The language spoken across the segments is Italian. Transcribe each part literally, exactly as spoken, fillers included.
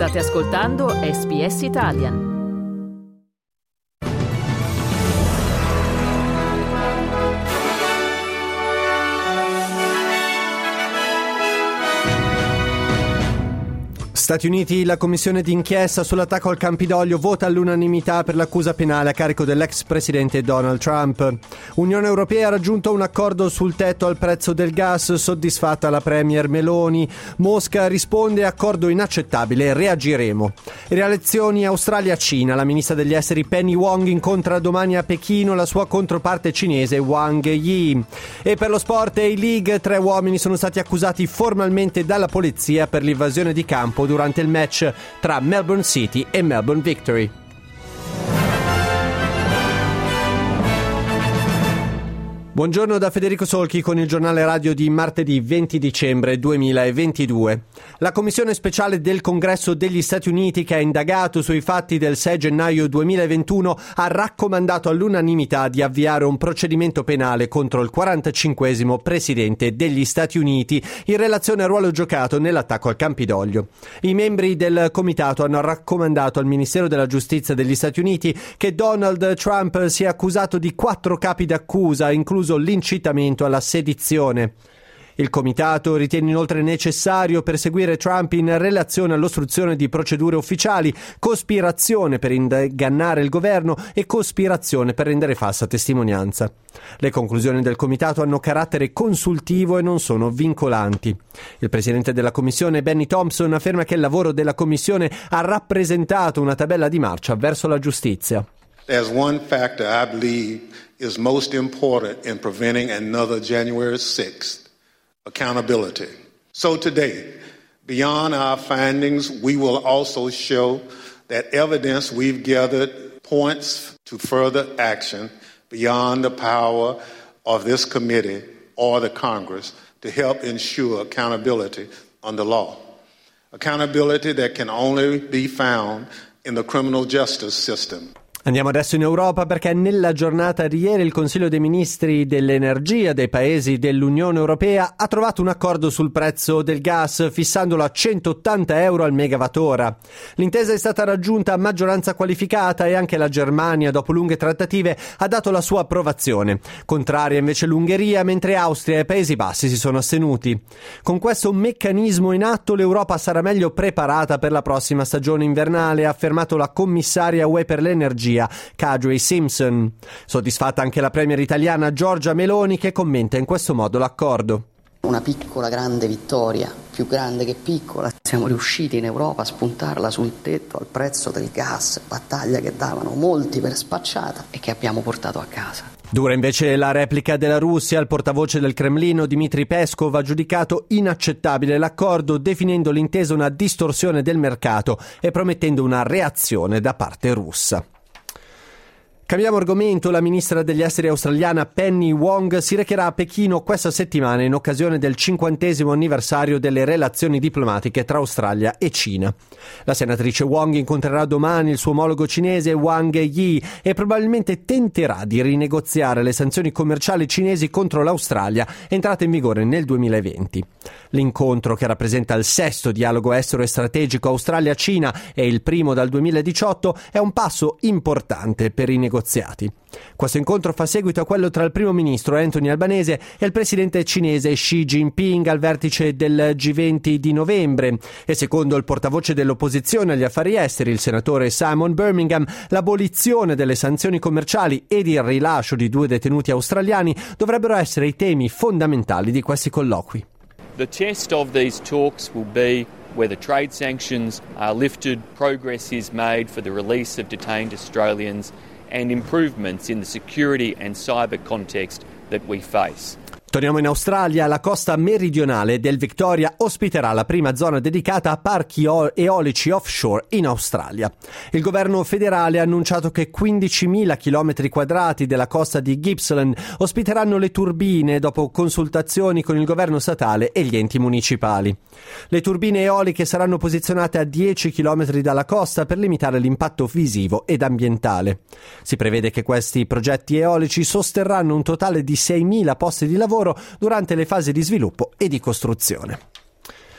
State ascoltando S B S Italian. Stati Uniti, la commissione d'inchiesta sull'attacco al Campidoglio vota all'unanimità per l'accusa penale a carico dell'ex presidente Donald Trump. Unione Europea ha raggiunto un accordo sul tetto al prezzo del gas, soddisfatta la premier Meloni. Mosca risponde: accordo inaccettabile, reagiremo. Rielezioni Australia-Cina, la ministra degli esteri Penny Wong incontra domani a Pechino la sua controparte cinese Wang Yi. E per lo sport A-League, tre uomini sono stati accusati formalmente dalla polizia per l'invasione di campo durante il match tra Melbourne City e Melbourne Victory. Buongiorno da Federico Solchi con il giornale radio di martedì venti dicembre duemilaventidue. La Commissione speciale del Congresso degli Stati Uniti, che ha indagato sui fatti del sei gennaio duemilaventuno, ha raccomandato all'unanimità di avviare un procedimento penale contro il quarantacinquesimo presidente degli Stati Uniti in relazione al ruolo giocato nell'attacco al Campidoglio. I membri del comitato hanno raccomandato al Ministero della Giustizia degli Stati Uniti che Donald Trump sia accusato di quattro capi d'accusa, incluso l'incitamento alla sedizione. Il comitato ritiene inoltre necessario perseguire Trump in relazione all'ostruzione di procedure ufficiali, cospirazione per ingannare il governo e cospirazione per rendere falsa testimonianza. Le conclusioni del comitato hanno carattere consultivo e non sono vincolanti. Il presidente della commissione, Benny Thompson, afferma che il lavoro della commissione ha rappresentato una tabella di marcia verso la giustizia. There's one factor I believe is most important in preventing another January sixth, accountability. So today, beyond our findings, we will also show that evidence we've gathered points to further action beyond the power of this committee or the Congress to help ensure accountability under law. Accountability that can only be found in the criminal justice system. Andiamo adesso in Europa, perché nella giornata di ieri il Consiglio dei Ministri dell'Energia dei paesi dell'Unione Europea ha trovato un accordo sul prezzo del gas, fissandolo a centottanta euro al megawattora. L'intesa è stata raggiunta a maggioranza qualificata e anche la Germania, dopo lunghe trattative, ha dato la sua approvazione. Contraria invece l'Ungheria, mentre Austria e Paesi Bassi si sono astenuti. Con questo meccanismo in atto l'Europa sarà meglio preparata per la prossima stagione invernale, ha affermato la commissaria U E per l'energia Kadri Simpson. Soddisfatta anche la premier italiana Giorgia Meloni, che commenta in questo modo l'accordo. Una piccola grande vittoria, più grande che piccola. Siamo riusciti in Europa a spuntarla sul tetto al prezzo del gas, battaglia che davano molti per spacciata e che abbiamo portato a casa. Dura invece la replica della Russia. Il portavoce del Cremlino Dmitry Peskov ha giudicato inaccettabile l'accordo, definendo l'intesa una distorsione del mercato e promettendo una reazione da parte russa. Cambiamo argomento. La ministra degli esteri australiana Penny Wong si recherà a Pechino questa settimana in occasione del cinquantesimo anniversario delle relazioni diplomatiche tra Australia e Cina. La senatrice Wong incontrerà domani il suo omologo cinese Wang Yi e probabilmente tenterà di rinegoziare le sanzioni commerciali cinesi contro l'Australia, entrate in vigore nel duemilaventi. L'incontro, che rappresenta il sesto dialogo estero e strategico Australia-Cina e il primo dal duemiladiciotto, è un passo importante per i negoziati. Questo incontro fa seguito a quello tra il primo ministro Anthony Albanese e il presidente cinese Xi Jinping al vertice del G venti di novembre, e secondo il portavoce dell'opposizione agli affari esteri, il senatore Simon Birmingham, l'abolizione delle sanzioni commerciali ed il rilascio di due detenuti australiani dovrebbero essere i temi fondamentali di questi colloqui. The test of these talks will be whether trade sanctions are lifted, progress is made for the release of detained Australians, and improvements in the security and cyber context that we face. Torniamo in Australia. La costa meridionale del Victoria ospiterà la prima zona dedicata a parchi eolici offshore in Australia. Il governo federale ha annunciato che quindicimila chilometri quadrati della costa di Gippsland ospiteranno le turbine dopo consultazioni con il governo statale e gli enti municipali. Le turbine eoliche saranno posizionate a dieci chilometri dalla costa per limitare l'impatto visivo ed ambientale. Si prevede che questi progetti eolici sosterranno un totale di seimila posti di lavoro durante le fasi di sviluppo e di costruzione.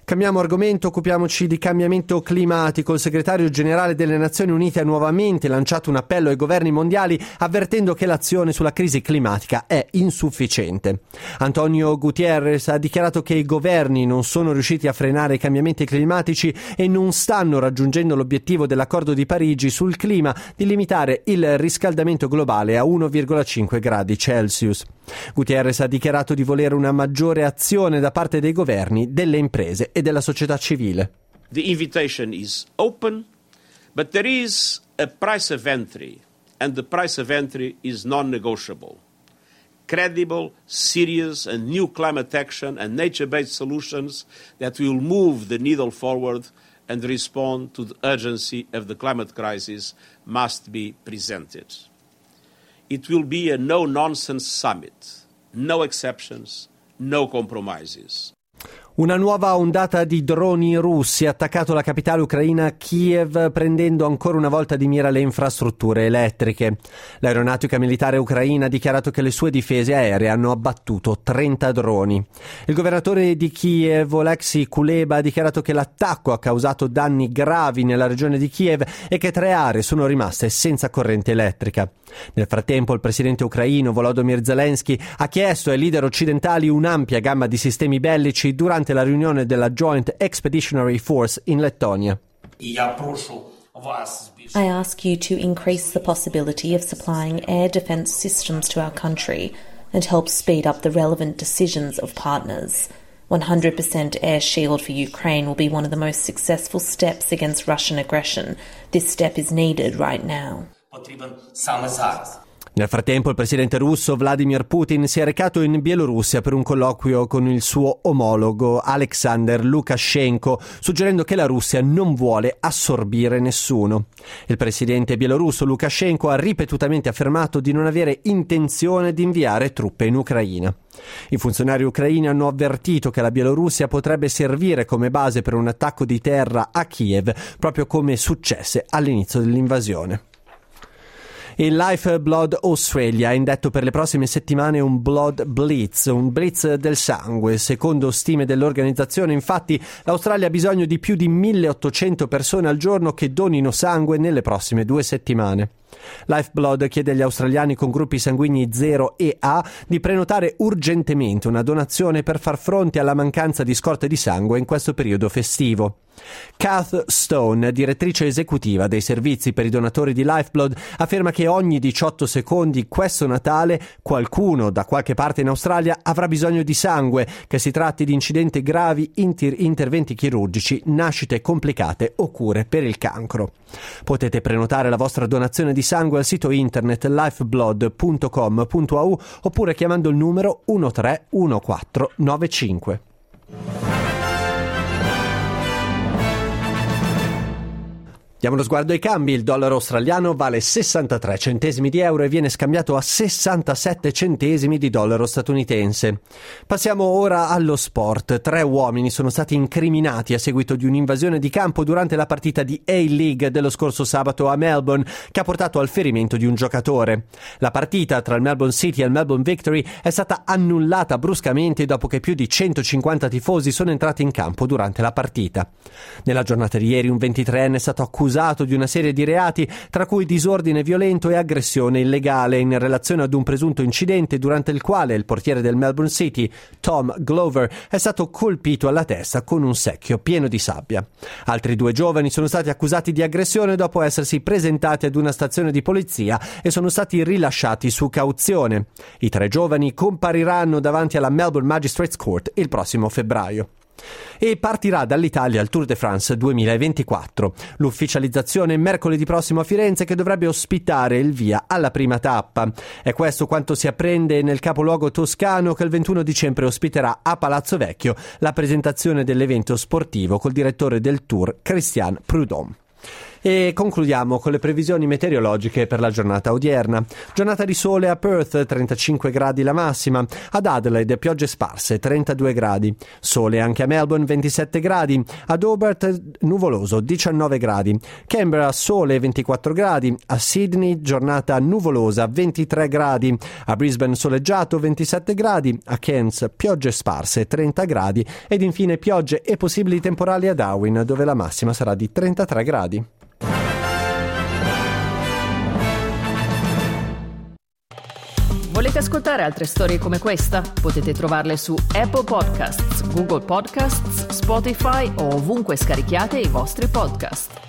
Cambiamo argomento, occupiamoci di cambiamento climatico. Il segretario generale delle Nazioni Unite ha nuovamente lanciato un appello ai governi mondiali avvertendo che l'azione sulla crisi climatica è insufficiente. Antonio Guterres ha dichiarato che i governi non sono riusciti a frenare i cambiamenti climatici e non stanno raggiungendo l'obiettivo dell'accordo di Parigi sul clima di limitare il riscaldamento globale a uno virgola cinque gradi Celsius. Guterres ha dichiarato di volere una maggiore azione da parte dei governi, delle imprese e della società civile. The invitation is open, but there is a price of entry, and the price of entry is non-negotiable. Credible, serious and new climate action and nature-based solutions that will move the needle forward and respond to the urgency of the climate crisis must be presented. It will be a no-nonsense summit, no exceptions, no compromises. Una nuova ondata di droni russi ha attaccato la capitale ucraina Kiev, prendendo ancora una volta di mira le infrastrutture elettriche. L'aeronautica militare ucraina ha dichiarato che le sue difese aeree hanno abbattuto trenta droni. Il governatore di Kiev, Oleksiy Kuleba, ha dichiarato che l'attacco ha causato danni gravi nella regione di Kiev e che tre aree sono rimaste senza corrente elettrica. Nel frattempo, il presidente ucraino Volodymyr Zelensky ha chiesto ai leader occidentali un'ampia gamma di sistemi bellici durante la riunione della Joint Expeditionary Force in Lettonia. I ask you to increase the possibility of supplying air defense systems to our country and help speed up the relevant decisions of partners. one hundred percent air shield for Ukraine will be one of the most successful steps against Russian aggression. This step is needed right now. Nel frattempo il presidente russo Vladimir Putin si è recato in Bielorussia per un colloquio con il suo omologo Alexander Lukashenko, suggerendo che la Russia non vuole assorbire nessuno. Il presidente bielorusso Lukashenko ha ripetutamente affermato di non avere intenzione di inviare truppe in Ucraina. I funzionari ucraini hanno avvertito che la Bielorussia potrebbe servire come base per un attacco di terra a Kiev, proprio come successe all'inizio dell'invasione. Il Lifeblood Australia ha indetto per le prossime settimane un Blood Blitz, un blitz del sangue. Secondo stime dell'organizzazione, infatti, l'Australia ha bisogno di più di milleottocento persone al giorno che donino sangue nelle prossime due settimane. Lifeblood chiede agli australiani con gruppi sanguigni zero e A di prenotare urgentemente una donazione per far fronte alla mancanza di scorte di sangue in questo periodo festivo. Kath Stone, direttrice esecutiva dei servizi per i donatori di Lifeblood, afferma che ogni diciotto secondi questo Natale qualcuno da qualche parte in Australia avrà bisogno di sangue, che si tratti di incidenti gravi, inter- interventi chirurgici, nascite complicate o cure per il cancro. Potete prenotare la vostra donazione di sangue al sito internet lifeblood punto com punto a u oppure chiamando il numero uno tre uno quattro nove cinque. Diamo uno sguardo ai cambi. Il dollaro australiano vale sessantatré centesimi di euro e viene scambiato a sessantasette centesimi di dollaro statunitense. Passiamo ora allo sport. Tre uomini sono stati incriminati a seguito di un'invasione di campo durante la partita di A-League dello scorso sabato a Melbourne, che ha portato al ferimento di un giocatore. La partita tra il Melbourne City e il Melbourne Victory è stata annullata bruscamente dopo che più di centocinquanta tifosi sono entrati in campo durante la partita. Nella giornata di ieri un ventitreenne è stato accusato di una serie di reati, tra cui disordine violento e aggressione illegale, in relazione ad un presunto incidente durante il quale il portiere del Melbourne City, Tom Glover, è stato colpito alla testa con un secchio pieno di sabbia. Altri due giovani sono stati accusati di aggressione dopo essersi presentati ad una stazione di polizia e sono stati rilasciati su cauzione. I tre giovani compariranno davanti alla Melbourne Magistrates Court il prossimo febbraio. E partirà dall'Italia il Tour de France duemilaventiquattro. L'ufficializzazione mercoledì prossimo a Firenze, che dovrebbe ospitare il via alla prima tappa. È questo quanto si apprende nel capoluogo toscano, che il ventuno dicembre ospiterà a Palazzo Vecchio la presentazione dell'evento sportivo col direttore del Tour Christian Prudhomme. E concludiamo con le previsioni meteorologiche per la giornata odierna. Giornata di sole a Perth, trentacinque gradi la massima. Ad Adelaide piogge sparse, trentadue gradi. Sole anche a Melbourne, ventisette gradi. Ad Hobart nuvoloso, diciannove gradi. Canberra sole, ventiquattro gradi. A Sydney giornata nuvolosa, ventitré gradi. A Brisbane soleggiato, ventisette gradi. A Cairns piogge sparse, trenta gradi. Ed infine piogge e possibili temporali a Darwin, dove la massima sarà di trentatré gradi. Volete ascoltare altre storie come questa? Potete trovarle su Apple Podcasts, Google Podcasts, Spotify o ovunque scarichiate i vostri podcast.